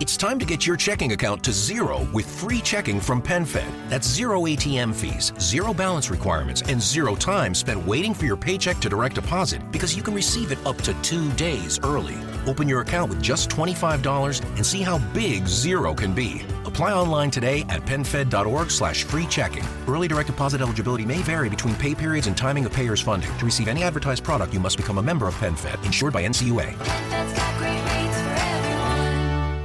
It's time to get your checking account to zero with free checking from PenFed. That's zero ATM fees, zero balance requirements, and zero time spent waiting for your paycheck to direct deposit because you can receive it up to 2 days early. Open your account with just $25 and see how big zero can be. Apply online today at PenFed.org/free checking. Early direct deposit eligibility may vary between pay periods and timing of payer's funding. To receive any advertised product, you must become a member of PenFed, insured by NCUA. PenFed's got great rates for everyone.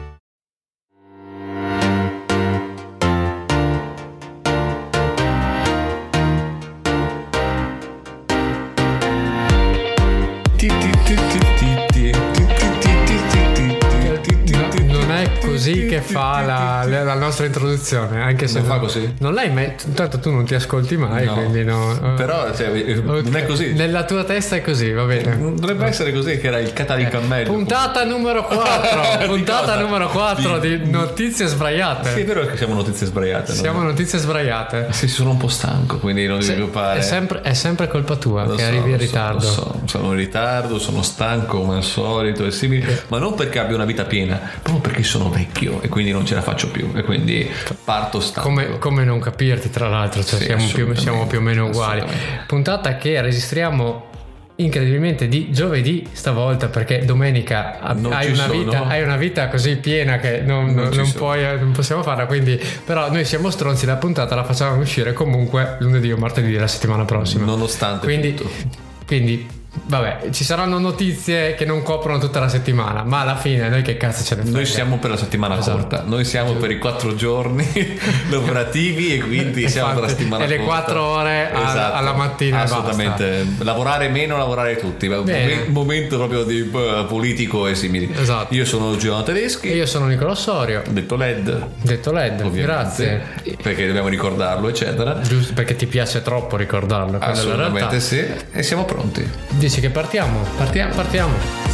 Non è così che fa la nostra introduzione, anche se non fa così. Non l'hai tanto tu non ti ascolti mai, No. Quindi no. Però non è così. Nella tua testa è così, va bene. Dovrebbe essere così, che era il catalicammello. Puntata numero 4. Puntata cosa? numero 4 di notizie sbraiate. Sì, è vero che siamo notizie sbraiate. Siamo notizie sbraiate. Sì, sono un po' stanco, quindi non devi preoccupare. È sempre colpa tua Lo che so, arrivi in lo so, ritardo. lo so. Sono in ritardo, sono stanco come al solito e simili, ma non perché abbia una vita piena, proprio perché sono vecchio e quindi non ce la faccio più e quindi parto stanco. Come non capirti, tra l'altro, cioè Sì, siamo più o meno uguali. assolutamente. Puntata che registriamo incredibilmente di giovedì stavolta, perché domenica Non hai ci hai una vita così piena che non possiamo farla, quindi però noi siamo stronzi, la puntata la facciamo uscire comunque lunedì o martedì della settimana prossima, Nonostante tutto. quindi vabbè, ci saranno notizie che non coprono tutta la settimana, ma alla fine noi che cazzo ce ne frega? Noi siamo per la settimana Esatto. corta, noi siamo per i 4 giorni lavorativi e quindi siamo per la settimana e le corta. 4 ore alla mattina. Assolutamente, lavorare meno, lavorare tutti. Bene. Momento proprio di politico e simili. Esatto. Io sono Giovanni Tedeschi, E io sono Nicola Osorio, detto LED, detto LED, ovviamente, grazie. perché dobbiamo ricordarlo, eccetera. Giusto, perché ti piace troppo ricordarlo, quella è la realtà. Assolutamente sì, e siamo pronti. Dici che partiamo? Partiamo.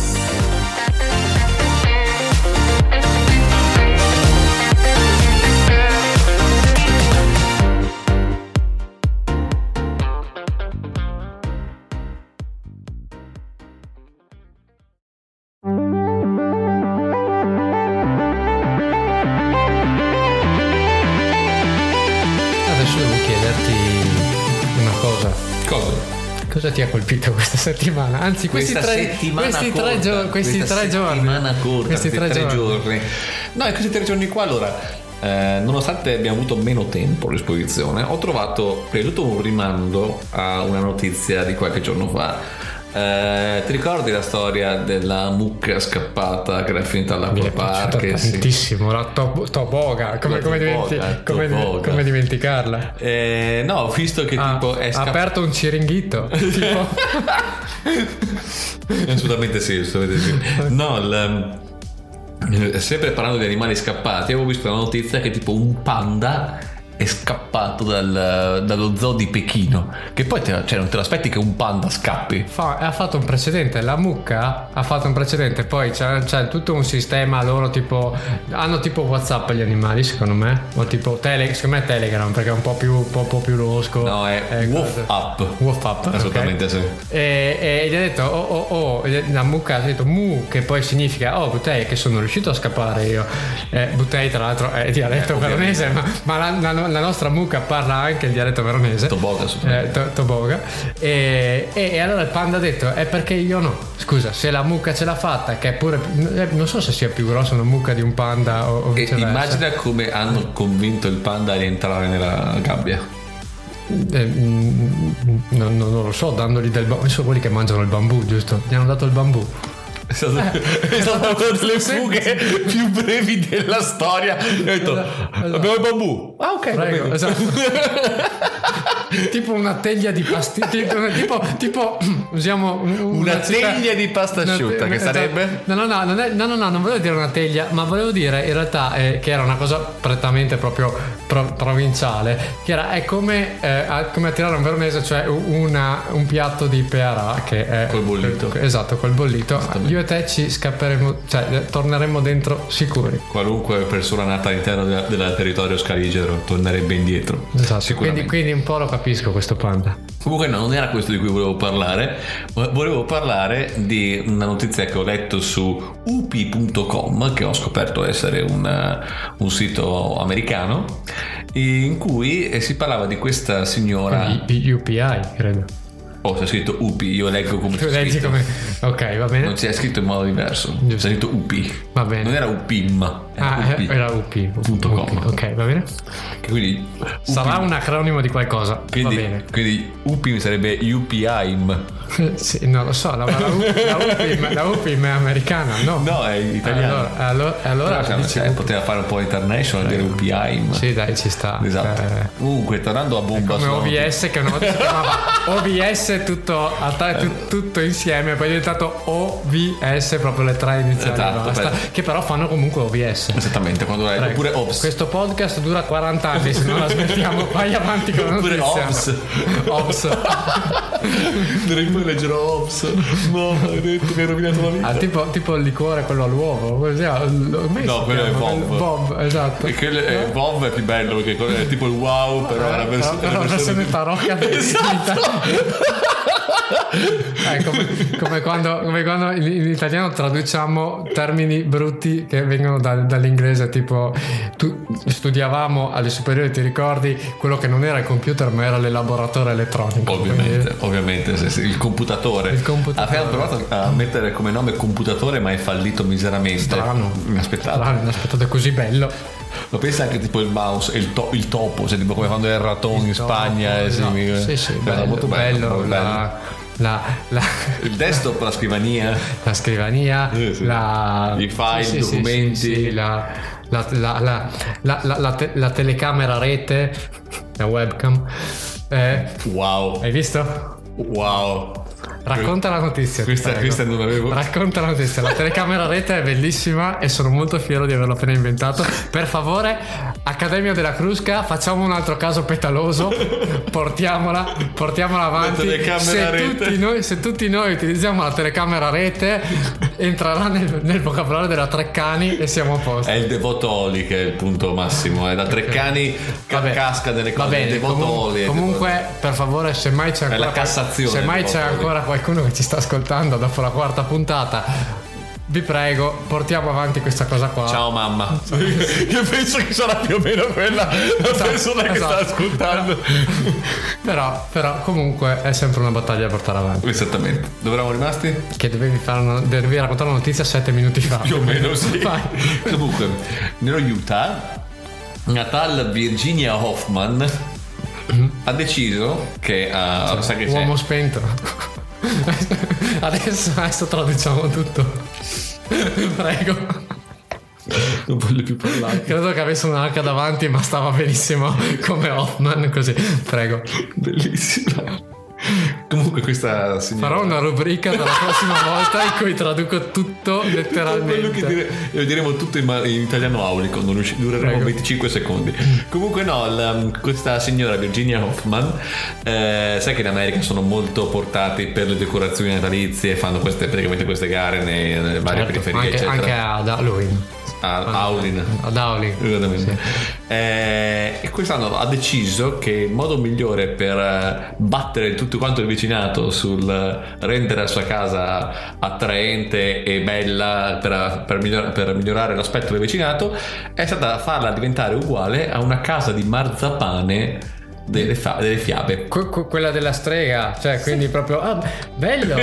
Adesso devo chiederti una cosa. Cosa ti ha colpito questa settimana? Anzi, questi tre giorni. Questi tre giorni. No, in questi 3 giorni qua, allora, nonostante abbiamo avuto meno tempo a disposizione, ho trovato prima di tutto un rimando a una notizia di qualche giorno fa. Ti ricordi la storia della mucca scappata che era finita all'acquapark? Tantissimo, la Toboga, come dimenticarla? No, visto che tipo è ha aperto un ciringhito. Tipo. Assolutamente sì. No, sempre parlando di animali scappati, avevo visto la notizia che tipo un panda è scappato dallo zoo di Pechino, che poi non te lo aspetti che un panda scappi. Ha fatto un precedente, la mucca ha fatto un precedente, poi c'è tutto un sistema loro, tipo hanno tipo WhatsApp gli animali, secondo me, o tipo secondo me Telegram, perché è un po' più losco. No, è WhatsApp, assolutamente, okay. sì. E gli ha detto la mucca ha detto mu, che poi significa Butei, che sono riuscito a scappare io. Butei tra l'altro è dialetto veronese, ma la nostra mucca parla anche il dialetto veronese. Toboga. E allora il panda ha detto è perché io no. Scusa, se la mucca ce l'ha fatta, che è pure, non so se sia più grossa una mucca di un panda o viceversa. Immagina come hanno convinto il panda a rientrare nella gabbia. Non lo so, dandogli del bambù. Sono quelli che mangiano il bambù, giusto? Gli hanno dato il bambù. È stata una delle fughe più brevi della storia. Ho detto abbiamo il bambù. Ok, prego, esatto. Tipo una teglia di tipo usiamo una teglia di pasta asciutta, che sarebbe? No, non volevo dire una teglia, ma volevo dire in realtà che era una cosa prettamente proprio provinciale, che era come attirare un veronese, cioè un piatto di pearà che è col bollito. Esatto, col bollito. Io e te ci scapperemo, cioè torneremo dentro sicuri. Qualunque persona nata all'interno del territorio scaligero tornerebbe indietro. Esatto. Sicuramente. Quindi un po' lo capisco. capisco questo panda. Comunque no, non era questo di cui volevo parlare. Volevo parlare di una notizia che ho letto su upi.com, che ho scoperto essere un sito americano, in cui si parlava di questa signora. UPI, credo. Oh, c'è scritto UPI, io leggo come Tu c'è leggi scritto. come... Ok, va bene. Non c'è scritto in modo diverso. C'è scritto UPI. Va bene. Non era UPIM. Era UPI. Era UP.com. Ok, va bene. Quindi Sarà un acronimo di qualcosa. Quindi, va bene. quindi UPIM sarebbe UPIM. Sì, non lo so, la UPIM è americana, no? No, è italiano. Allora Però, dici poteva fare un po' international, dire UPIM. Sì, dai, ci sta. Esatto. Comunque, tornando a bomba Come sulla OVS, che una volta si chiamava OVS tutto insieme, poi è diventato OVS, proprio le tre iniziali. Esatto, basta, beh. che però fanno comunque OVS. Esattamente, quando Prego. oppure OVS. Questo podcast dura 40 anni, se non la smettiamo, vai avanti con la Oppure notizia. OVS. Poi leggerò OVS. No, maledetto, mi hai rovinato la vita. Ah, tipo il liquore, quello all'uovo. Come si chiama? No, quello è Vov. Vov, esatto. E quello è Vov è più bello perché quello è tipo il wow, però è la versione. Però la versione tarocca come quando in italiano traduciamo termini brutti che vengono dall'inglese, tipo studiavamo alle superiori, ti ricordi quello che non era il computer ma era l'elaboratore elettronico. Ovviamente sì, il computatore. Abbiamo provato a mettere come nome computatore ma è fallito miseramente. Strano. Inaspettato, è così bello. Lo pensa anche tipo il mouse, il topo, cioè tipo come quando era il ratone in Spagna. Sì, bello, molto bello. Il desktop, la scrivania, i file, i documenti, la telecamera rete, la webcam. Wow. Hai visto? Wow. Racconta la notizia. Questa non avevo. Racconta la notizia. La telecamera rete è bellissima e sono molto fiero di averlo appena inventato. Per favore, Accademia della Crusca, facciamo un altro caso petaloso. Portiamola avanti. Se tutti noi utilizziamo la telecamera rete, entrerà nel vocabolario della Treccani e siamo a posto. È il Devotoli che è il punto massimo. È da Treccani casca delle cose. Va bene, comunque, per favore, se mai c'è ancora la Cassazione. Se mai c'è ancora qualcuno che ci sta ascoltando dopo la quarta puntata, vi prego, portiamo avanti questa cosa qua. Ciao mamma. Io penso che sarà più o meno quella la persona che sta ascoltando. Però comunque è sempre una battaglia da portare avanti. Esattamente. Dove eravamo rimasti? Che dovevi raccontare una notizia 7 minuti fa. Più o meno sì. Vai. Comunque, nello Utah, una tal Virginia Hoffman ha deciso che sa che uomo spento. Adesso traduciamo tutto. Prego. non voglio più parlare. Credo che avesse un H davanti, ma stava benissimo come Hoffman, così. Prego. Bellissima. Comunque questa signora... Farò una rubrica dalla prossima volta in cui traduco tutto letteralmente. Lo diremo tutto in italiano aulico, non dureremo 25 secondi. Comunque no, questa signora Virginia Hoffman, sai che in America sono molto portati per le decorazioni natalizie, fanno praticamente queste gare nelle varie periferie, eccetera. Anche ad Halloween. Ad Howlin. Sì. E quest'anno ha deciso che il modo migliore per battere tutto quanto il vicinato sul rendere la sua casa attraente e bella per migliorare l'aspetto del vicinato è stata farla diventare uguale a una casa di marzapane delle fiabe. Quella della strega, cioè quindi proprio bello.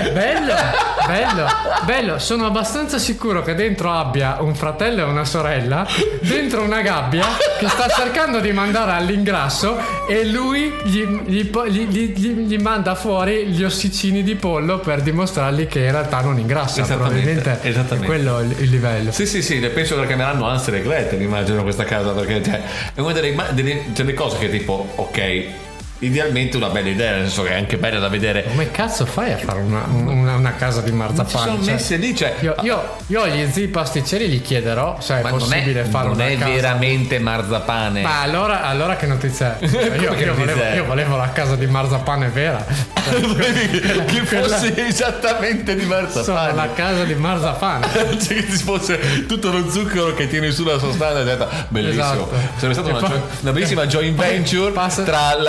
Sono abbastanza sicuro che dentro abbia un fratello e una sorella dentro una gabbia che sta cercando di mandare all'ingrasso e lui gli manda fuori gli ossicini di pollo per dimostrargli che in realtà non ingrassa. Probabilmente è quello il livello. Sì, penso che la chiameranno Hansel e Gretel, immagino, questa casa, perché è una delle cose che tipo ok, idealmente una bella idea, nel senso che è anche bella da vedere. Come cazzo fai a fare una casa di marzapane? Si sono messe lì, cioè io agli zii pasticceri gli chiederò se è possibile fare una casa. Non è veramente marzapane. Ma allora che notizia è? Io volevo la casa di marzapane vera. Che fosse esattamente di marzapane. Sono la casa di marzapane. Cioè che ci fosse tutto lo zucchero che tiene sulla sostanza, bellissimo. Esatto. Sarebbe stata una bellissima joint venture tra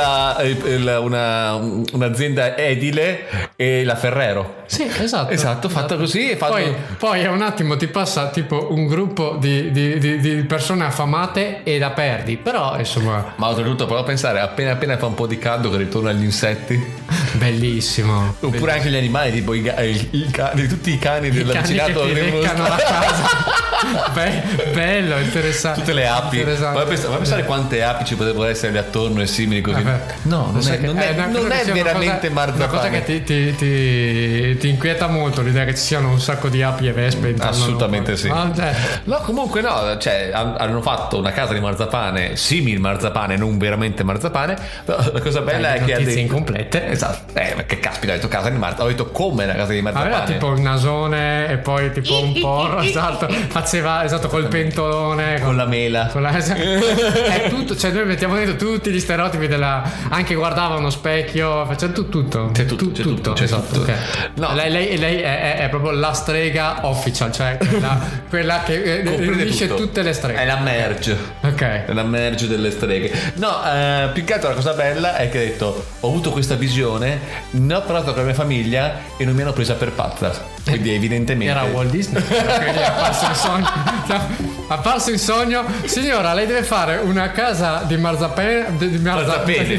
un'azienda edile e la Ferrero. Sì, esatto. Fatta così e poi a un attimo ti passa tipo un gruppo di persone affamate e la perdi, però insomma. Ma oltretutto prova a pensare, appena fa un po' di caldo che ritorna agli insetti. Bellissimo. Oppure anche gli animali, tipo tutti i cani del vicinato che ti leccano la casa. Bello, interessante. Tutte le api. Ma pensare quante api ci potrebbero essere lì attorno e simili così. No, non è veramente marzapane. Una cosa che ti inquieta molto l'idea che ci siano un sacco di api e vespe intorno. Assolutamente sì. No, comunque no, cioè hanno fatto una casa di marzapane, simil marzapane, non veramente marzapane. Però la cosa bella è che notizie incomplete. Esatto. Ma che caspita, ho detto casa di marzapane. Ho detto come una casa di marzapane. Aveva tipo un nasone e poi tipo un porro, esatto. Faceva col pentolone, con la mela. È tutto, cioè noi mettiamo dentro tutti gli stereotipi anche guardava uno specchio, faceva tutto. C'è tutto. Esatto. Okay. No. Lei è proprio la strega official, cioè quella che riunisce tutte le streghe. È la merge. Ok. È la merge delle streghe. No, più che altro la cosa bella è che ha detto: ho avuto questa visione, ne ho parlato con la mia famiglia e non mi hanno presa per pazza. Quindi evidentemente era Walt Disney. Quindi è apparso in sogno. Signora, lei deve fare una casa di marzapane. Deve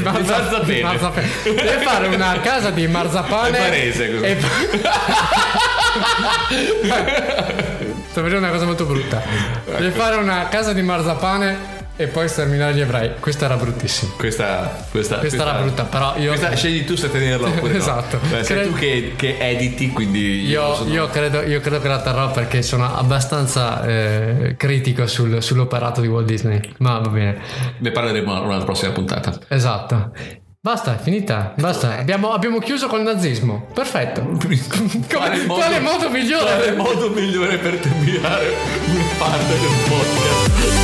fare una casa di marzapane. Parese, sto vedendo una cosa molto brutta. Deve fare una casa di marzapane e poi sterminare gli ebrei. Questa era bruttissima. Questa era brutta, però io scegli tu se tenerla oppure esatto. No. Sei tu che editi, quindi io credo che la terrò perché sono abbastanza critico sull'operato di Walt Disney. Ma va bene, ne parleremo una prossima puntata. Esatto. Basta, è finita. Basta. Abbiamo chiuso col nazismo. Perfetto. Quale modo migliore per terminare una parte del podcast?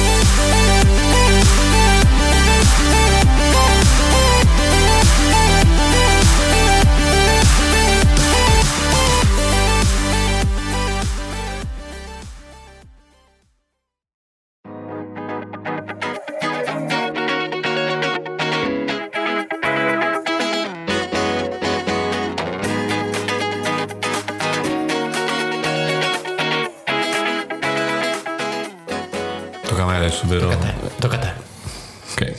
Adesso, vero? Tocca a te. Ok.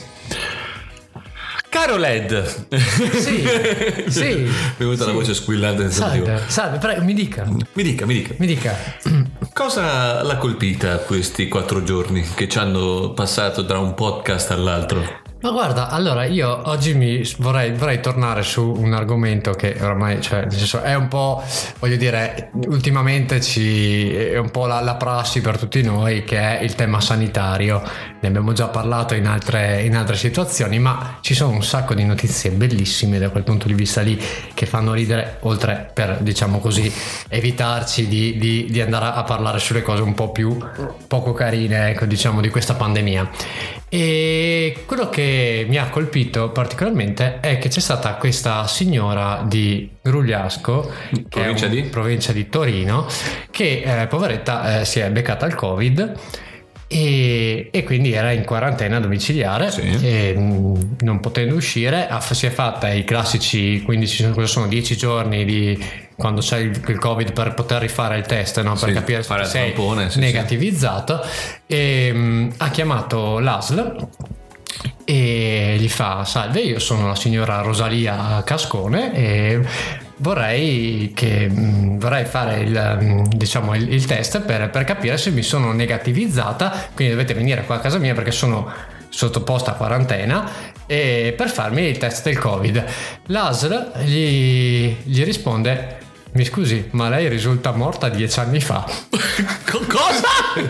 Caro Led. Sì. Mi è venuta la voce squillante. Salve, prego, mi dica. Mi dica. Cosa l'ha colpita questi 4 giorni che ci hanno passato da un podcast all'altro? Ma guarda, allora io oggi vorrei tornare su un argomento che ormai, cioè, nel senso, è un po', voglio dire, ultimamente è un po' la prassi per tutti noi, che è il tema sanitario. Ne abbiamo già parlato in altre situazioni, ma ci sono un sacco di notizie bellissime da quel punto di vista lì che fanno ridere, oltre per, diciamo così, evitarci di andare a parlare sulle cose un po' più poco carine, ecco, diciamo, di questa pandemia. E quello che mi ha colpito particolarmente è che c'è stata questa signora di Grugliasco, provincia di Torino, che poveretta si è beccata il Covid e quindi era in quarantena domiciliare, e non potendo uscire si è fatta i classici 10 giorni di quando c'è il Covid per poter rifare il test, no? Per capire se sei negativizzato. E ha chiamato l'ASL e gli fa: salve, io sono la signora Rosalia Cascone e vorrei fare il test per capire se mi sono negativizzata, quindi dovete venire qua a casa mia perché sono sottoposta a quarantena e per farmi il test del Covid. L'ASL gli risponde: mi scusi, ma lei risulta morta 10 anni fa. Cosa?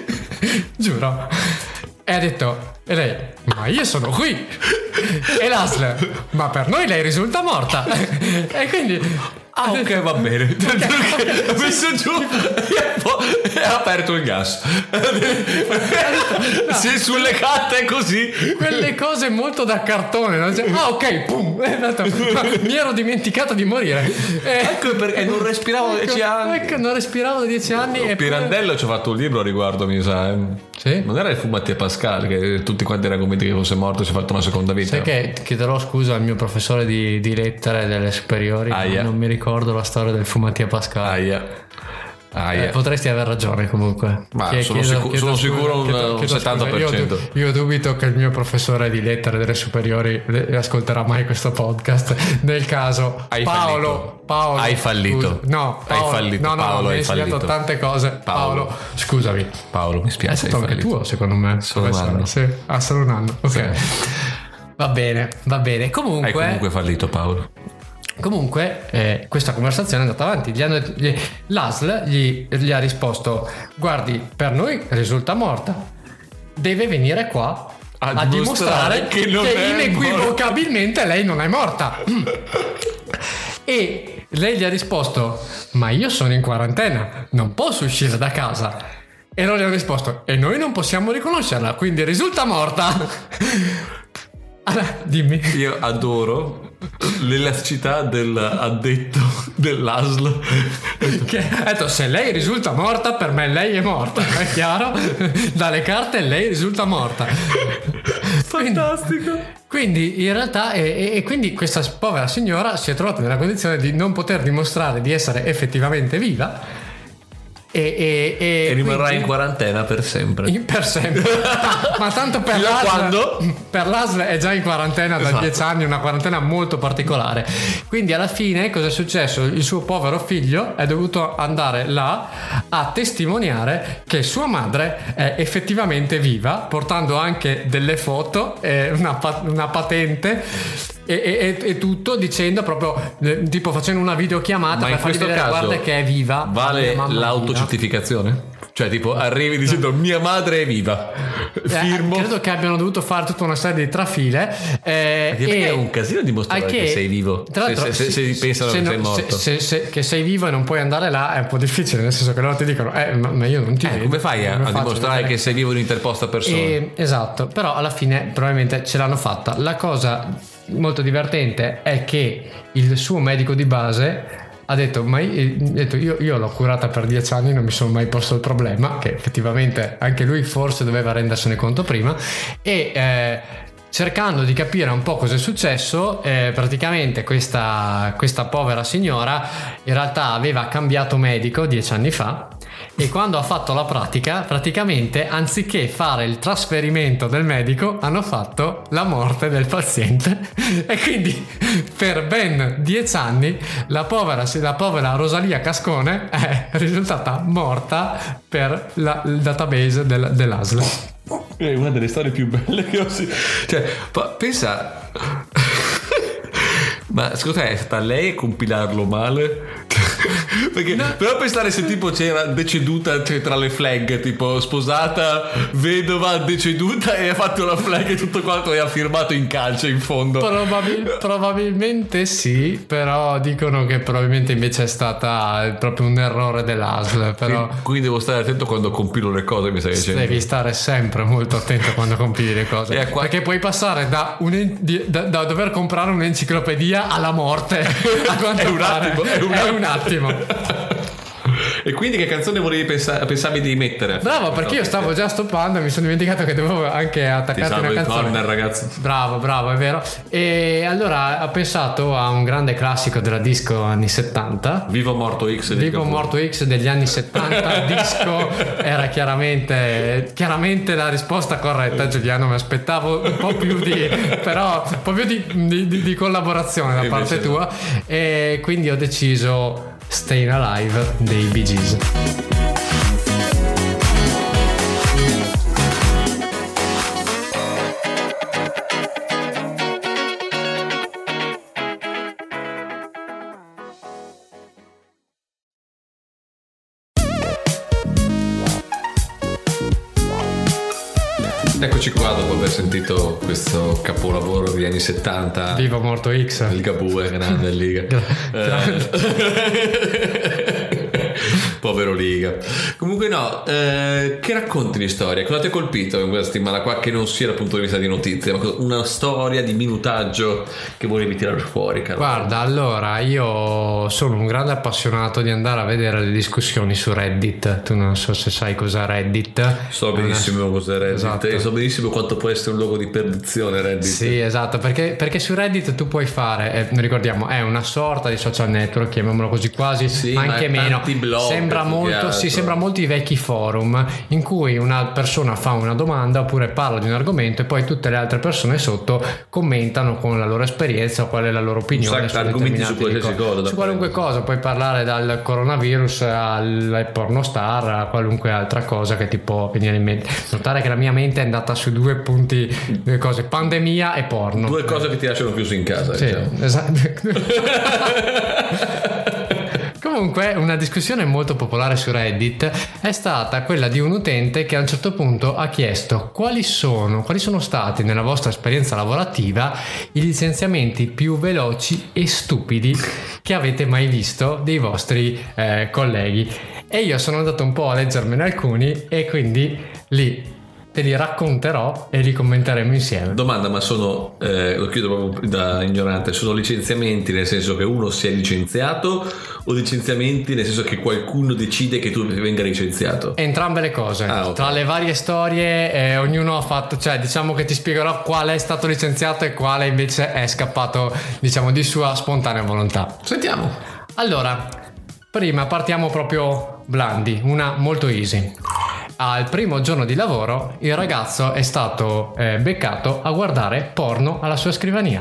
Giuro. E ha detto, e lei: ma io sono qui. E l'ASL: ma per noi lei risulta morta. E quindi ok, va bene. Ha messo giù e ha aperto il gas. Se sulle carte è così, quelle cose molto da cartone, no? Ok, pum. Mi ero dimenticato di morire. Ecco perché non respiravo da 10 anni. Ecco, non respiravo da 10 anni. Pirandello ci ha fatto un libro a riguardo, mi sa. Sì? Non era il fu Mattia Pascal che tutti quanti erano convinti che fosse morto e si è fatto una seconda vita? Sai che chiederò scusa al mio professore di lettere delle superiori, Aia. non mi ricordo la storia del fu Mattia Pascal. Aia. Potresti aver ragione comunque. Ma sono sicuro un 70%. Io dubito che il mio professore di lettere delle superiori ascolterà mai questo podcast. Nel caso Paolo hai fallito. Scusa, no, Paolo, hai fallito. Paolo, mi hai hai insegnato fallito tante cose. Paolo, scusami. Paolo, mi È spiace. stato anche tuo, secondo me. Solo un professore. anno. Sì, solo un anno. Ok. Sì. Va bene. Comunque, Hai comunque fallito, Paolo. Comunque questa conversazione è andata avanti. L'ASL gli ha risposto: guardi, per noi risulta morta, deve venire qua a dimostrare che inequivocabilmente lei non è morta. E lei gli ha risposto: ma io sono in quarantena, non posso uscire da casa. E loro gli hanno risposto: e noi non possiamo riconoscerla, quindi risulta morta. Dimmi. Io adoro l'elasticità dell'addetto dell'ASL Che ha detto: se lei risulta morta, per me lei è morta, è chiaro? Dalle carte lei risulta morta. fantastico. Quindi in realtà e quindi questa povera signora si è trovata nella condizione di non poter dimostrare di essere effettivamente viva e rimarrà quindi, in quarantena per sempre. per sempre. Ma tanto per Fino a quando? per l'ASL è già in quarantena da Esatto. 10 anni, una quarantena molto particolare. Quindi alla fine cosa è successo? Il suo povero figlio è dovuto andare là a testimoniare che sua madre è effettivamente viva, portando anche delle foto, una patente e tutto, dicendo proprio tipo facendo una videochiamata Ma per in fargli questo vedere: caso guarda che è viva, vale mia mamma è viva. l'autocertificazione? Cioè tipo arrivi dicendo mia madre è viva, firmo. Credo che abbiano dovuto fare tutta una serie di trafile Perché è un casino dimostrare che sei vivo. Tra l'altro, se pensano che sei morto. che sei vivo e non puoi andare là è un po' difficile, nel senso che loro ti dicono ma io non ti vedo. Come fai a faccio dimostrare vedere? che sei vivo in interposta persona? Esatto, però alla fine probabilmente ce l'hanno fatta. La cosa molto divertente è che il suo medico di base ha detto: io l'ho curata per 10 anni, non mi sono mai posto il problema, che effettivamente anche lui forse doveva rendersene conto prima, e cercando di capire un po' cosa è successo, praticamente questa povera signora in realtà aveva cambiato medico 10 anni fa, e quando ha fatto la pratica, praticamente anziché fare il trasferimento del medico hanno fatto la morte del paziente. E quindi per ben 10 anni la povera Rosalia Cascone è risultata morta per il database dell'ASL. È una delle storie più belle che ho sentito. Cioè, pensa. Ma secondo te è stata lei a compilarlo male? Perché però pensare se tipo c'era deceduta, cioè, tra le flag, tipo sposata, vedova, deceduta, e ha fatto la flag e tutto quanto e ha firmato in calce in fondo. Probabilmente sì, però dicono che probabilmente invece è stata proprio un errore dell'ASL. Però Quindi devo stare attento quando compilo le cose, mi stai dicendo. devi stare sempre molto attento quando compili le cose, perché puoi passare da dover comprare un'enciclopedia alla morte. A quanto È un pare. attimo, È un attimo. E quindi che canzone volevi pensavi di mettere? Bravo, perché io stavo già stoppando e mi sono dimenticato che dovevo anche Ti attaccarti salvo una il canzone. corner, ragazzi. Bravo, è vero. E allora ho pensato a un grande classico della disco anni 70. Vivo Morto X di Vivo Cavour. Morto X degli anni 70. Disco era chiaramente la risposta corretta, Giuliano. Mi aspettavo un po' più di collaborazione da E parte invece tua, e quindi ho deciso Staying Alive dei Bee Gees. Eccoci qua dopo aver sentito questo capolavoro degli anni 70. Vivo Morto X. Il Gabue, grande liga. Povero Liga. Comunque no, che racconti di storia? Cosa ti ha colpito in questa settimana qua che non sia dal punto di vista di notizie, ma una storia di minutaggio che volevi tirare fuori, caro? Guarda, allora io sono un grande appassionato di andare a vedere le discussioni su Reddit. Tu non so se sai cos'è Reddit. So benissimo cos'è Reddit, Esatto. e so benissimo quanto può essere un luogo di perdizione Reddit. Sì, esatto, perché su Reddit tu puoi fare, ricordiamo, è una sorta di social network, chiamiamolo così quasi, Sì, ma ma anche è meno. tanti blog, Sembra più che molto, altro. sì, sembra molto i vecchi forum in cui una persona fa una domanda oppure parla di un argomento e poi tutte le altre persone sotto commentano con la loro esperienza o qual è la loro opinione Un sacco di argomenti su determinate qualsiasi cosa da su qualunque cosa. Puoi parlare dal coronavirus al pornostar a qualunque altra cosa che ti può venire in mente. Notare che la mia mente è andata su due punti, due cose: pandemia e porno. Due cose che ti lasciano chiuso in casa, Sì, diciamo. esatto. Comunque una discussione molto popolare su Reddit è stata quella di un utente che a un certo punto ha chiesto quali sono stati nella vostra esperienza lavorativa i licenziamenti più veloci e stupidi che avete mai visto dei vostri colleghi, e io sono andato un po' a leggermene alcuni e quindi lì te li racconterò e li commenteremo insieme. Domanda, ma sono, lo chiedo proprio da ignorante, sono licenziamenti nel senso che uno si è licenziato o licenziamenti nel senso che qualcuno decide che tu venga licenziato? Entrambe le cose. Ok. Tra le varie storie ognuno ha fatto, cioè diciamo che ti spiegherò quale è stato licenziato e quale invece è scappato, diciamo, di sua spontanea volontà. Sentiamo. Allora, prima partiamo proprio blandi, una molto easy. Al primo giorno di lavoro il ragazzo è stato beccato a guardare porno alla sua scrivania.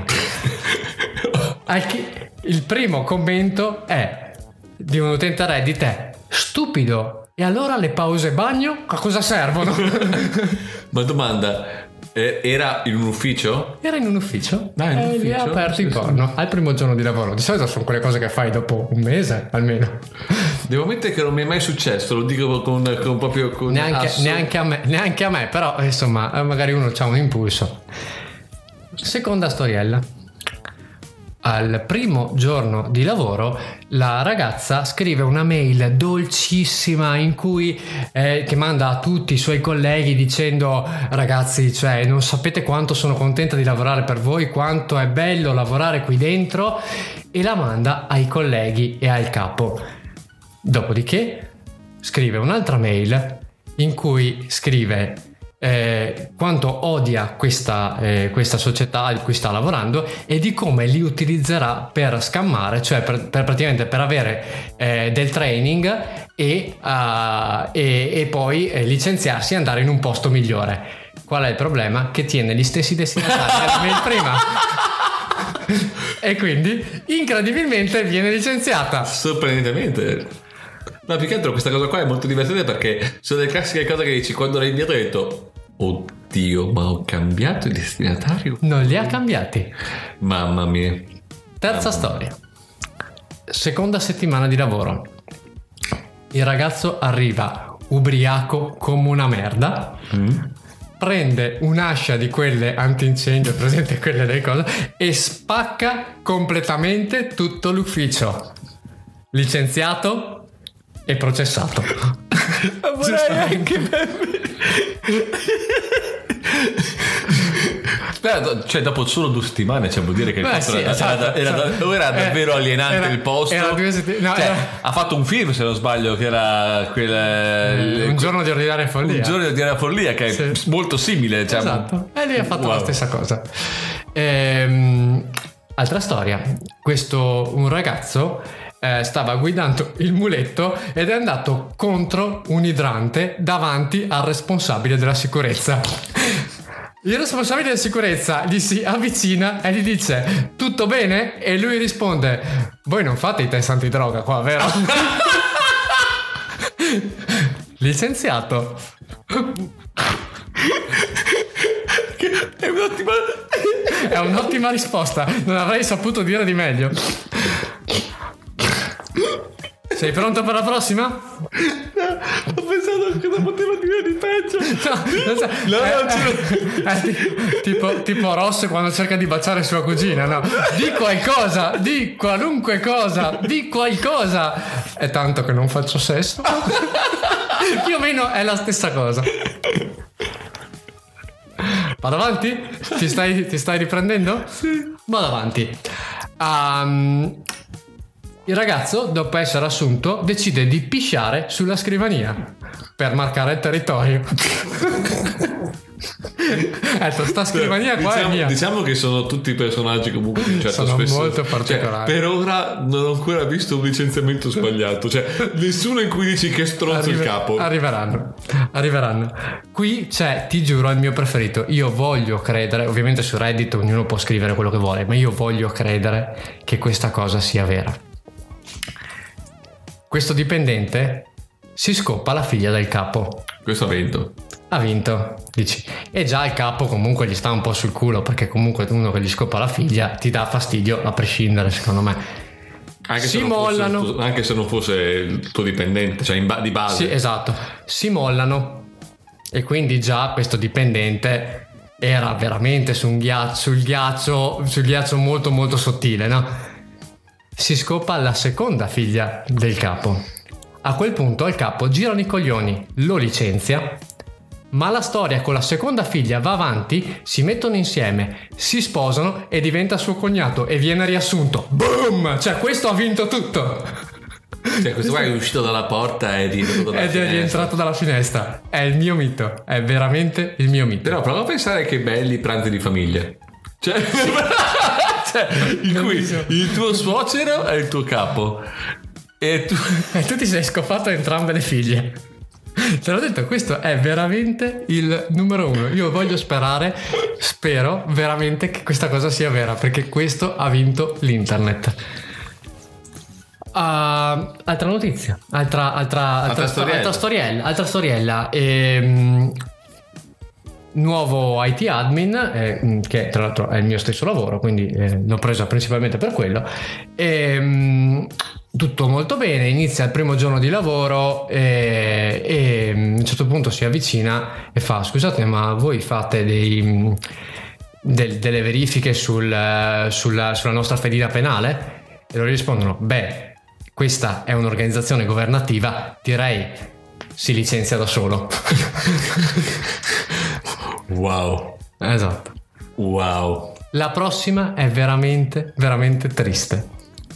Il primo commento di un utente Reddit è: stupido, e allora le pause bagno a cosa servono? Ma domanda, era in un ufficio? Era in un ufficio Ah, in un e gli ha ufficio? aperto Sì, il porno al primo giorno di lavoro. Di solito sono quelle cose che fai dopo un mese almeno. Devo ammettere che non mi è mai successo, lo dico con proprio con Neanche a me, però insomma magari uno ha un impulso. Seconda storiella. Al primo giorno di lavoro la ragazza scrive una mail dolcissima in cui che manda a tutti i suoi colleghi dicendo: ragazzi, cioè non sapete quanto sono contenta di lavorare per voi, quanto è bello lavorare qui dentro, e la manda ai colleghi e al capo. Dopodiché scrive un'altra mail in cui scrive quanto odia questa società in cui sta lavorando e di come li utilizzerà per scammare, cioè per praticamente per avere del training e poi licenziarsi e andare in un posto migliore. Qual è il problema? Che tiene gli stessi destinatari della mail prima e quindi incredibilmente viene licenziata. Sorprendentemente. No, più che altro questa cosa qua è molto divertente perché sono le classiche cose che dici quando eri indietro e hai detto: oddio, ma ho cambiato il destinatario? Non li ha cambiati. Mamma mia. Terza storia. Seconda settimana di lavoro. Il ragazzo arriva ubriaco come una merda, prende un'ascia di quelle antincendio, presente quelle delle cose, e spacca completamente tutto l'ufficio. Licenziato e processato. Vorrei anche cioè dopo solo 2 settimane, cioè vuol dire che il posto sì, era davvero alienante il posto. Era 2 settimane, Cioè, ha fatto un film, se non sbaglio, che era un giorno di ordinaria follia. Un giorno di ordinaria follia, che è molto simile, diciamo. Esatto. E lui ha fatto la stessa cosa. Altra storia. Un ragazzo stava guidando il muletto ed è andato contro un idrante davanti al responsabile della sicurezza. Il responsabile della sicurezza gli si avvicina e gli dice: tutto bene? E lui risponde: voi non fate i test antidroga qua, vero? Licenziato. È un'ottima risposta, non avrei saputo dire di meglio. Sei pronto per la prossima? Ho pensato a cosa potevo dire di peggio. tipo Ross quando cerca di baciare sua cugina, no? Di qualcosa, di qualunque cosa, di qualcosa. È tanto che non faccio sesso. Più o meno è la stessa cosa. Vado avanti? Ti stai riprendendo? Sì. Vado avanti. Il ragazzo, dopo essere assunto, decide di pisciare sulla scrivania per marcare il territorio. Ecco, sta scrivania qua è mia. Diciamo che sono tutti personaggi comunque di un certo sono spessore. molto particolari. Per ora non ho ancora visto un licenziamento sbagliato. Cioè, nessuno in cui dici che stronzo il capo. Arriveranno. Qui c'è, ti giuro, il mio preferito. Io voglio credere, ovviamente su Reddit ognuno può scrivere quello che vuole, ma io voglio credere che questa cosa sia vera. Questo dipendente si scopa la figlia del capo. Questo ha vinto, dici. E già il capo comunque gli sta un po' sul culo, perché comunque uno che gli scopa la figlia ti dà fastidio a prescindere, secondo me. Anche si mollano. Anche se non fosse il tuo dipendente, cioè di base. Sì, esatto. Si mollano. E quindi già questo dipendente era veramente sul ghiaccio molto molto sottile, no? Si scopa la seconda figlia del capo. A quel punto il capo girano i coglioni, lo licenzia, ma la storia con la seconda figlia va avanti, si mettono insieme, si sposano e diventa suo cognato e viene riassunto. Boom! Cioè questo ha vinto tutto. Cioè questo qua è uscito dalla porta e è rientrato dalla finestra. È il mio mito, è veramente il mio mito. Però prova a pensare che belli pranzi di famiglia. Cioè in cui il tuo suocero è il tuo capo e tu ti sei scopato entrambe le figlie. Te l'ho detto, questo è veramente il numero uno. Io spero veramente che questa cosa sia vera, perché questo ha vinto l'internet. Altra notizia, altra storiella. Nuovo IT admin, che tra l'altro è il mio stesso lavoro, quindi l'ho preso principalmente per quello. Tutto molto bene, inizia il primo giorno di lavoro e a un certo punto si avvicina e fa: scusate, ma voi fate delle verifiche sulla nostra fedina penale? E loro rispondono: beh, questa è un'organizzazione governativa, direi si licenzia da solo. Wow. Esatto. Wow. La prossima è veramente, veramente triste.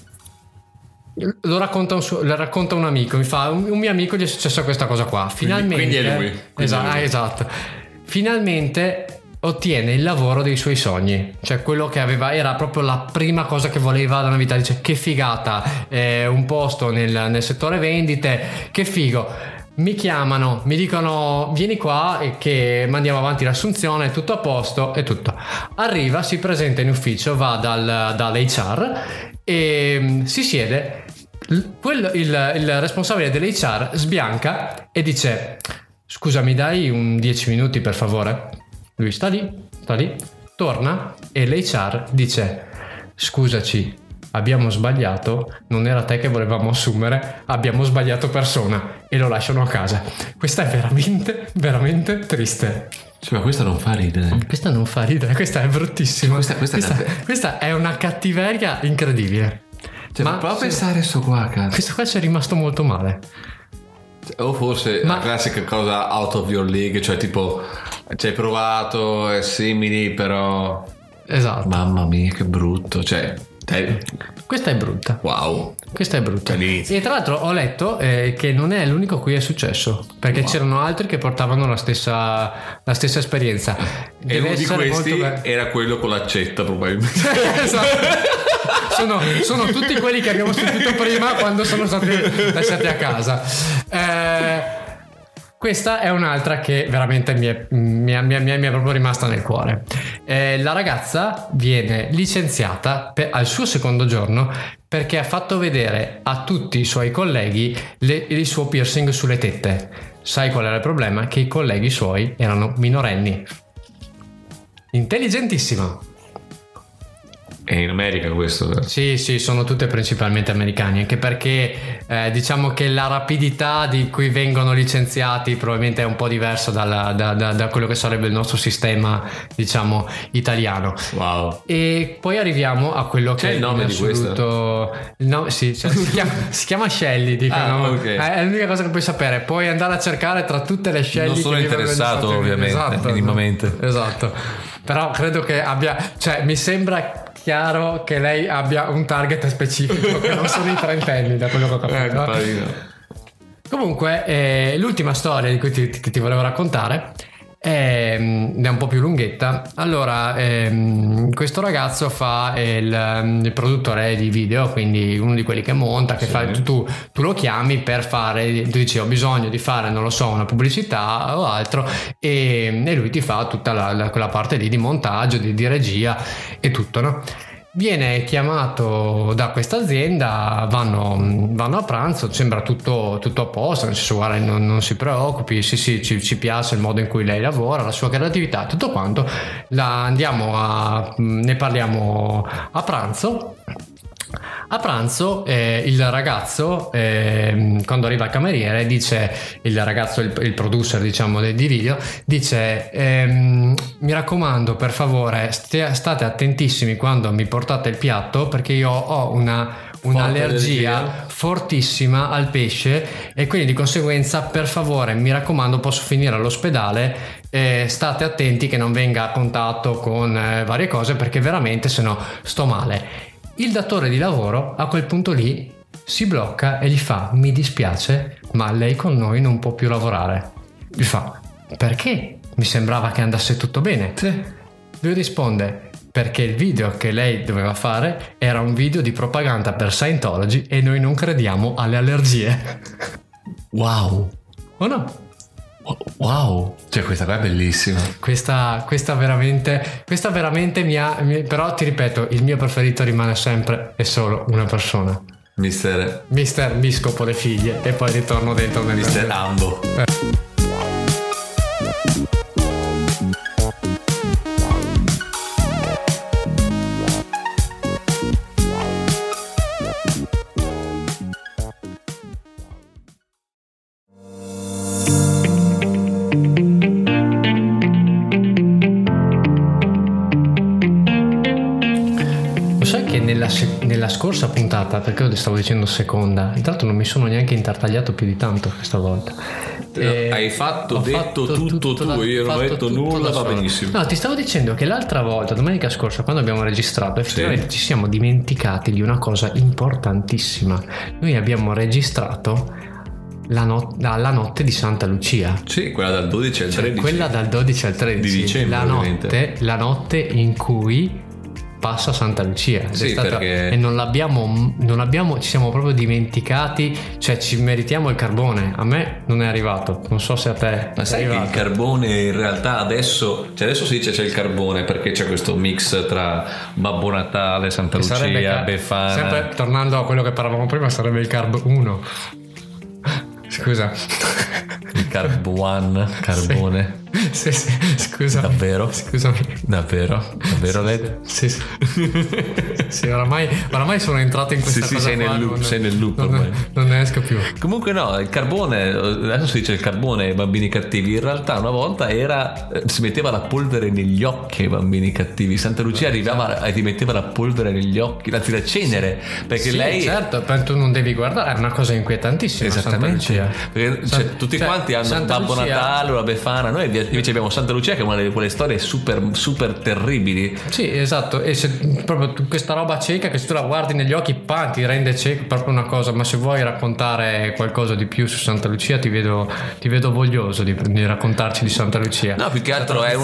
Lo racconta un amico, mi fa: un mio amico gli è successa questa cosa qua. Finalmente. Quindi è lui. Esatto. Finalmente ottiene il lavoro dei suoi sogni, cioè quello che aveva, era proprio la prima cosa che voleva dalla vita. Dice: che figata, un posto nel settore vendite, che figo. Mi chiamano, mi dicono: vieni qua e che mandiamo avanti l'assunzione, tutto a posto e tutto. Arriva, si presenta in ufficio, va dall'HR e si siede. Il responsabile dell'HR sbianca e dice: scusa, mi dai un 10 minuti per favore? Lui sta lì, torna e l'HR dice: scusaci, abbiamo sbagliato, non era te che volevamo assumere, abbiamo sbagliato persona, e lo lasciano a casa. Questa è veramente, veramente triste. Cioè, ma questa non fa ridere. Questa è bruttissima. Questa è una cattiveria incredibile. Cioè, ma prova a pensare sto qua, cazzo. Questo qua ci è rimasto molto male. O forse la classica cosa out of your league, cioè tipo ci hai provato, è simili, però esatto. Mamma mia, che brutto. Cioè questa è brutta. Wow. Questa è brutta. E tra l'altro ho letto che non è l'unico a cui è successo, perché c'erano altri che portavano la stessa esperienza. E uno di questi era quello con l'accetta, probabilmente. Esatto. Sono tutti quelli che abbiamo sentito prima quando sono stati lasciati a casa. Questa è un'altra che veramente mi è proprio rimasta nel cuore. La ragazza viene licenziata al suo secondo giorno perché ha fatto vedere a tutti i suoi colleghi il suo piercing sulle tette. Sai qual era il problema? Che i colleghi suoi erano minorenni. Intelligentissima. È in America questo? Sì, sono tutte principalmente americani, anche perché diciamo che la rapidità di cui vengono licenziati probabilmente è un po' diversa da quello che sarebbe il nostro sistema, diciamo, italiano. Wow. E poi arriviamo a quello che C'è il nome di questo? Il nome, sì, cioè, si chiama Shelly, dicono. Ok. È l'unica cosa che puoi sapere. Puoi andare a cercare tra tutte le Shelly. Non sono che vivono negli interessato, Stati Uniti. ovviamente, minimamente. Esatto. Però credo che abbia, cioè mi sembra chiaro che lei abbia un target specifico che non sono i trentenni, da quello che ho capito. Comunque l'ultima storia di cui ti volevo raccontare è un po' più lunghetta. Allora questo ragazzo fa il produttore di video, quindi uno di quelli che monta, che fa, tu lo chiami per fare, tu dici ho bisogno di fare, non lo so, una pubblicità o altro, e lui ti fa tutta quella parte lì di montaggio, di regia e tutto, no? Viene chiamato da questa azienda, vanno a pranzo, sembra tutto a posto, nel senso guarda non si preoccupi, sì ci piace il modo in cui lei lavora, la sua creatività, tutto quanto, ne parliamo a pranzo. A pranzo il ragazzo, quando arriva il cameriere, dice, il ragazzo, il producer, diciamo, di video, dice mi raccomando, per favore state attentissimi quando mi portate il piatto, perché io ho un'allergia fortissima al pesce, e quindi di conseguenza, per favore, mi raccomando, posso finire all'ospedale, state attenti che non venga a contatto con varie cose, perché veramente se no sto male. Il datore di lavoro a quel punto lì si blocca e gli fa: mi dispiace, ma lei con noi non può più lavorare. Gli fa: perché? Mi sembrava che andasse tutto bene. Lui risponde: perché il video che lei doveva fare era un video di propaganda per Scientology e noi non crediamo alle allergie. Wow. O no? Wow, cioè questa qua è bellissima. Questa veramente però ti ripeto, il mio preferito rimane sempre e solo una persona. Mister Mi scopo le figlie e poi ritorno dentro nel Mister Lambo. Nella scorsa puntata, perché io stavo dicendo seconda, intanto non mi sono neanche intartagliato più di tanto questa volta. Hai detto tutto tu, io non ho detto nulla, va benissimo. No, ti stavo dicendo che l'altra volta, domenica scorsa, quando abbiamo registrato, effettivamente ci siamo dimenticati di una cosa importantissima. Noi abbiamo registrato la notte di Santa Lucia. Sì, quella dal 12 al 13. Quella dal 12 al 13 di dicembre, la notte in cui passa Santa Lucia. Sì, perché... E non l'abbiamo, ci siamo proprio dimenticati, cioè ci meritiamo il carbone. A me non è arrivato, non so se a te. Ma sai che il carbone in realtà adesso si dice c'è il carbone perché c'è questo mix tra Babbo Natale, Santa Lucia, Befana. Sempre tornando a quello che parlavamo prima, sarebbe il Carb 1. Scusa. Il carbone. Sì, scusa. Davvero? Scusami. Davvero Led? Sì. Sì, oramai sono entrato in questa cosa. Sei nel loop non ne esco più. Comunque no, il carbone, adesso si dice il carbone ai bambini cattivi. In realtà una volta si metteva la polvere negli occhi ai bambini cattivi. Santa Lucia arrivava e ti metteva la polvere negli occhi, anzi la cenere, perché lei... certo, tu non devi guardare, è una cosa inquietantissima. Esattamente. Perché tutti quanti hanno Santa Babbo Lucia. Natale o la Befana, noi invece abbiamo Santa Lucia che è una di quelle storie super super terribili. Sì, esatto, e se proprio questa roba cieca che se tu la guardi negli occhi ti rende cieco, proprio una cosa. Ma se vuoi raccontare qualcosa di più su Santa Lucia ti vedo voglioso di raccontarci di Santa Lucia. No, più che altro è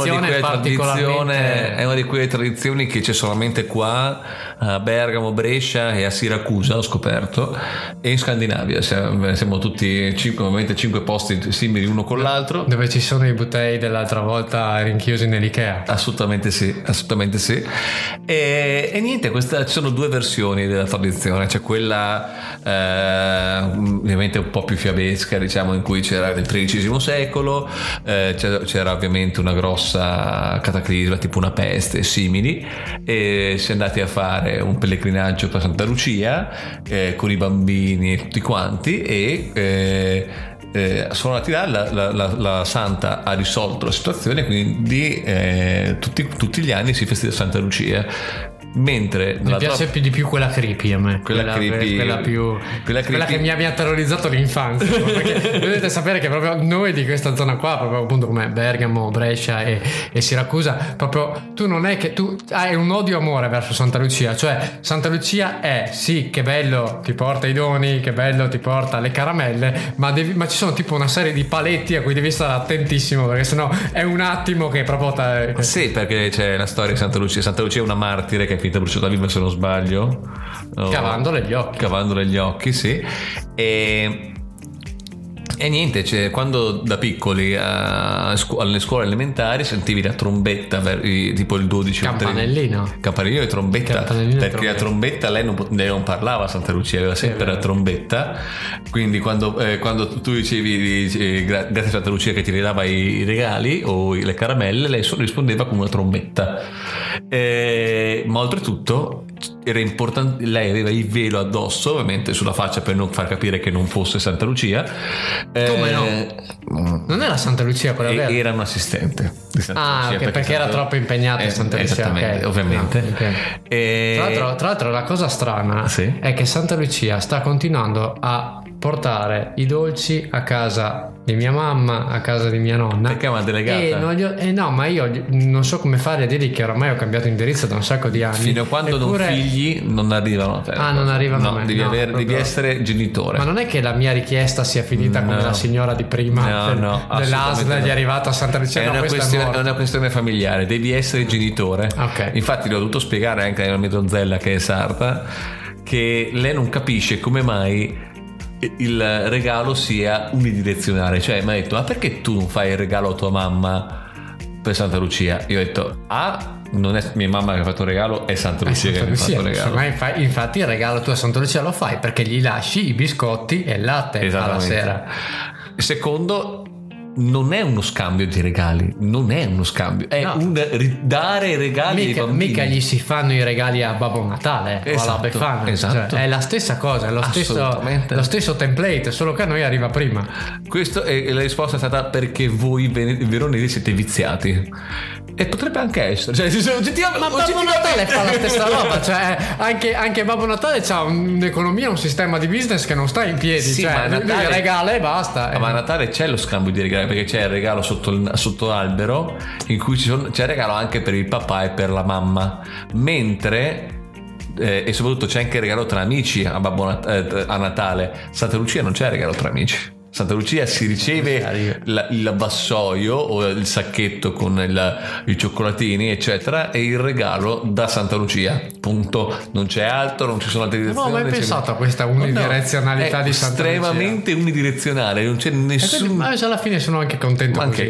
una di quelle tradizioni che c'è solamente qua a Bergamo, Brescia e a Siracusa, ho scoperto, e in Scandinavia siamo tutti 5 posti simili uno con l'altro, dove ci sono i botteghi cosplay dell'altra volta rinchiusi nell'Ikea. Assolutamente sì, assolutamente sì. E niente, ci sono due versioni della tradizione. C'è quella ovviamente un po' più fiabesca, diciamo, in cui c'era nel XIII secolo, c'era ovviamente una grossa cataclisma tipo una peste e simili, e si è andati a fare un pellegrinaggio per Santa Lucia con i bambini e tutti quanti, e sono andati là, la santa ha risolto la situazione, quindi tutti gli anni si festeggia Santa Lucia. Mentre mi piace più di più quella creepy a me, quella che mi ha terrorizzato l'infanzia, perché dovete sapere che proprio noi di questa zona qua, proprio appunto come Bergamo, Brescia e Siracusa, proprio tu non è che tu hai un odio amore verso Santa Lucia, cioè Santa Lucia sì, che bello, ti porta i doni, che bello, ti porta le caramelle, ma ci sono tipo una serie di paletti a cui devi stare attentissimo, perché sennò è un attimo che proprio sì, perché c'è la storia di Santa Lucia. Santa Lucia è una martire che è finita bruciata viva, se non sbaglio, cavandole gli occhi, sì. E niente, quando da piccoli alle scuole elementari sentivi la trombetta tipo il 12 campanellino e trombetta, perché la trombetta lei non parlava a Santa Lucia, aveva sempre la trombetta, quindi quando tu dicevi grazie a Santa Lucia che ti ridava i regali o le caramelle, lei rispondeva con una trombetta, ma oltretutto era importante, lei aveva il velo addosso, ovviamente sulla faccia, per non far capire che non fosse Santa Lucia. Come no? Non era Santa Lucia quella vera? Era un assistente di Santa Lucia, perché era troppo impegnata in Santa Lucia. Esattamente, ovviamente. Tra l'altro la cosa strana è che Santa Lucia sta continuando a portare i dolci a casa di mia mamma, a casa di mia nonna, perché è una delegata, no, ma io non so come fare a dirgli che oramai ho cambiato indirizzo da un sacco di anni, fino a quando non figli non arrivano a te. Non arrivano a me. Devi essere genitore. Ma non è che la mia richiesta sia finita come la signora di prima dell'ASL gli è arrivata a Santa Lucia. È una questione familiare, devi essere genitore. Infatti l'ho dovuto spiegare anche alla mia donzella, che è sarda, che lei non capisce come mai il regalo sia unidirezionale. Cioè mi ha detto: ma perché tu non fai il regalo a tua mamma per Santa Lucia? Io ho detto: non è mia mamma che ha fatto il regalo, è Santa Lucia che mi ha fatto il regalo. Infatti il regalo tu a Santa Lucia lo fai perché gli lasci i biscotti e il latte alla sera. Secondo, non è uno scambio di regali, non è uno scambio, è un dare regali ai bambini. Mica gli si fanno i regali a Babbo Natale o alla Befana, esatto. Cioè, è la stessa cosa, è lo stesso template, solo che a noi arriva prima. Questo è la risposta è stata: perché voi veronesi siete viziati. E potrebbe anche essere, ma Babbo Natale fa la stessa roba, cioè anche Babbo Natale c'ha un'economia, un sistema di business che non sta in piedi, ma Natale regala e basta. Ma a Natale c'è lo scambio di regali, perché c'è il regalo sotto l'albero, in cui c'è il regalo anche per il papà e per la mamma, mentre e soprattutto c'è anche il regalo tra amici a Natale. Santa Lucia non c'è il regalo tra amici. Santa Lucia si riceve il vassoio o il sacchetto con i cioccolatini eccetera, e il regalo da Santa Lucia, punto. Non c'è altro, non ci sono altre direzioni. Non ho mai pensato a questa unidirezionalità di Santa Lucia. Estremamente unidirezionale, non c'è nessun. Ma alla fine sono anche contento così,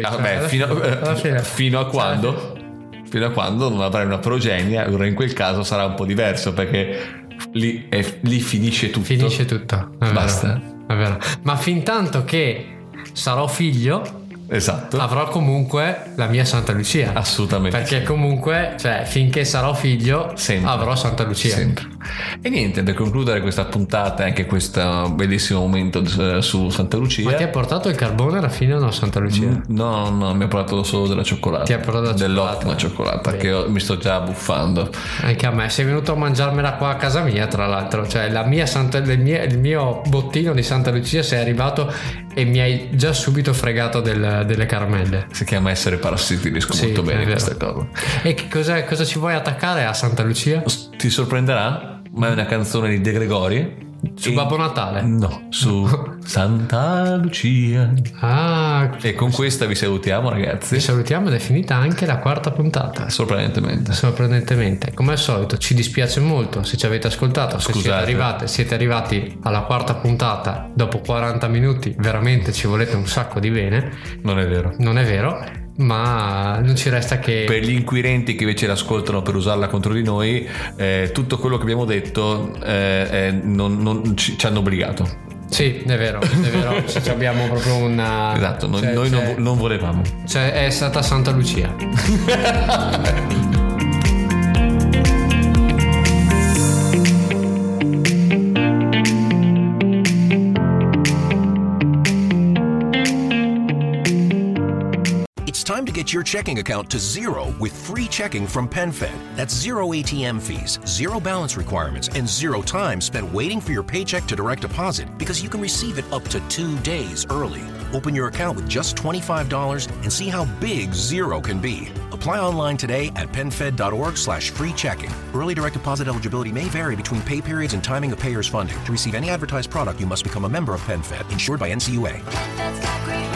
fino a quando non avrai una progenie. Allora in quel caso sarà un po' diverso, perché lì finisce tutto. Basta. È vero. Ma fin tanto che sarò figlio, esatto, avrò comunque la mia Santa Lucia. Assolutamente. Perché comunque, finché sarò figlio, sempre avrò Santa Lucia. Sempre. E niente, per concludere questa puntata e anche questo bellissimo momento su Santa Lucia. Ma ti ha portato il carbone alla fine o no, Santa Lucia? No, mi ha portato solo della cioccolata. Ti ha portato dell'ottima cioccolata, che mi sto già buffando. Anche a me, sei venuto a mangiarmela qua a casa mia, tra l'altro. Cioè il mio bottino di Santa Lucia sei arrivato e mi hai già subito fregato delle caramelle. Si chiama essere parassiti, riesco molto bene questa cosa. E cosa ci vuoi attaccare a Santa Lucia? Ti sorprenderà, ma è una canzone di De Gregori. Su Babbo Natale? No, su Santa Lucia. E con questa vi salutiamo, ragazzi. Vi salutiamo, ed è finita anche la quarta puntata. Sorprendentemente. Come al solito ci dispiace molto se ci avete ascoltato. Se siete arrivati alla quarta puntata dopo 40 minuti, veramente ci volete un sacco di bene. Non è vero. ma non ci resta che... Per gli inquirenti che invece l'ascoltano per usarla contro di noi, tutto quello che abbiamo detto ci hanno obbligato. Sì, è vero, cioè, abbiamo proprio una... Esatto, noi non volevamo. Cioè è stata Santa Lucia. It's time to get your checking account to zero with free checking from PenFed. That's zero ATM fees, zero balance requirements, and zero time spent waiting for your paycheck to direct deposit because you can receive it up to 2 days early. Open your account with just $25 and see how big zero can be. Apply online today at PenFed.org/free checking. Early direct deposit eligibility may vary between pay periods and timing of payer's funding. To receive any advertised product, you must become a member of PenFed, insured by NCUA. PenFed's got great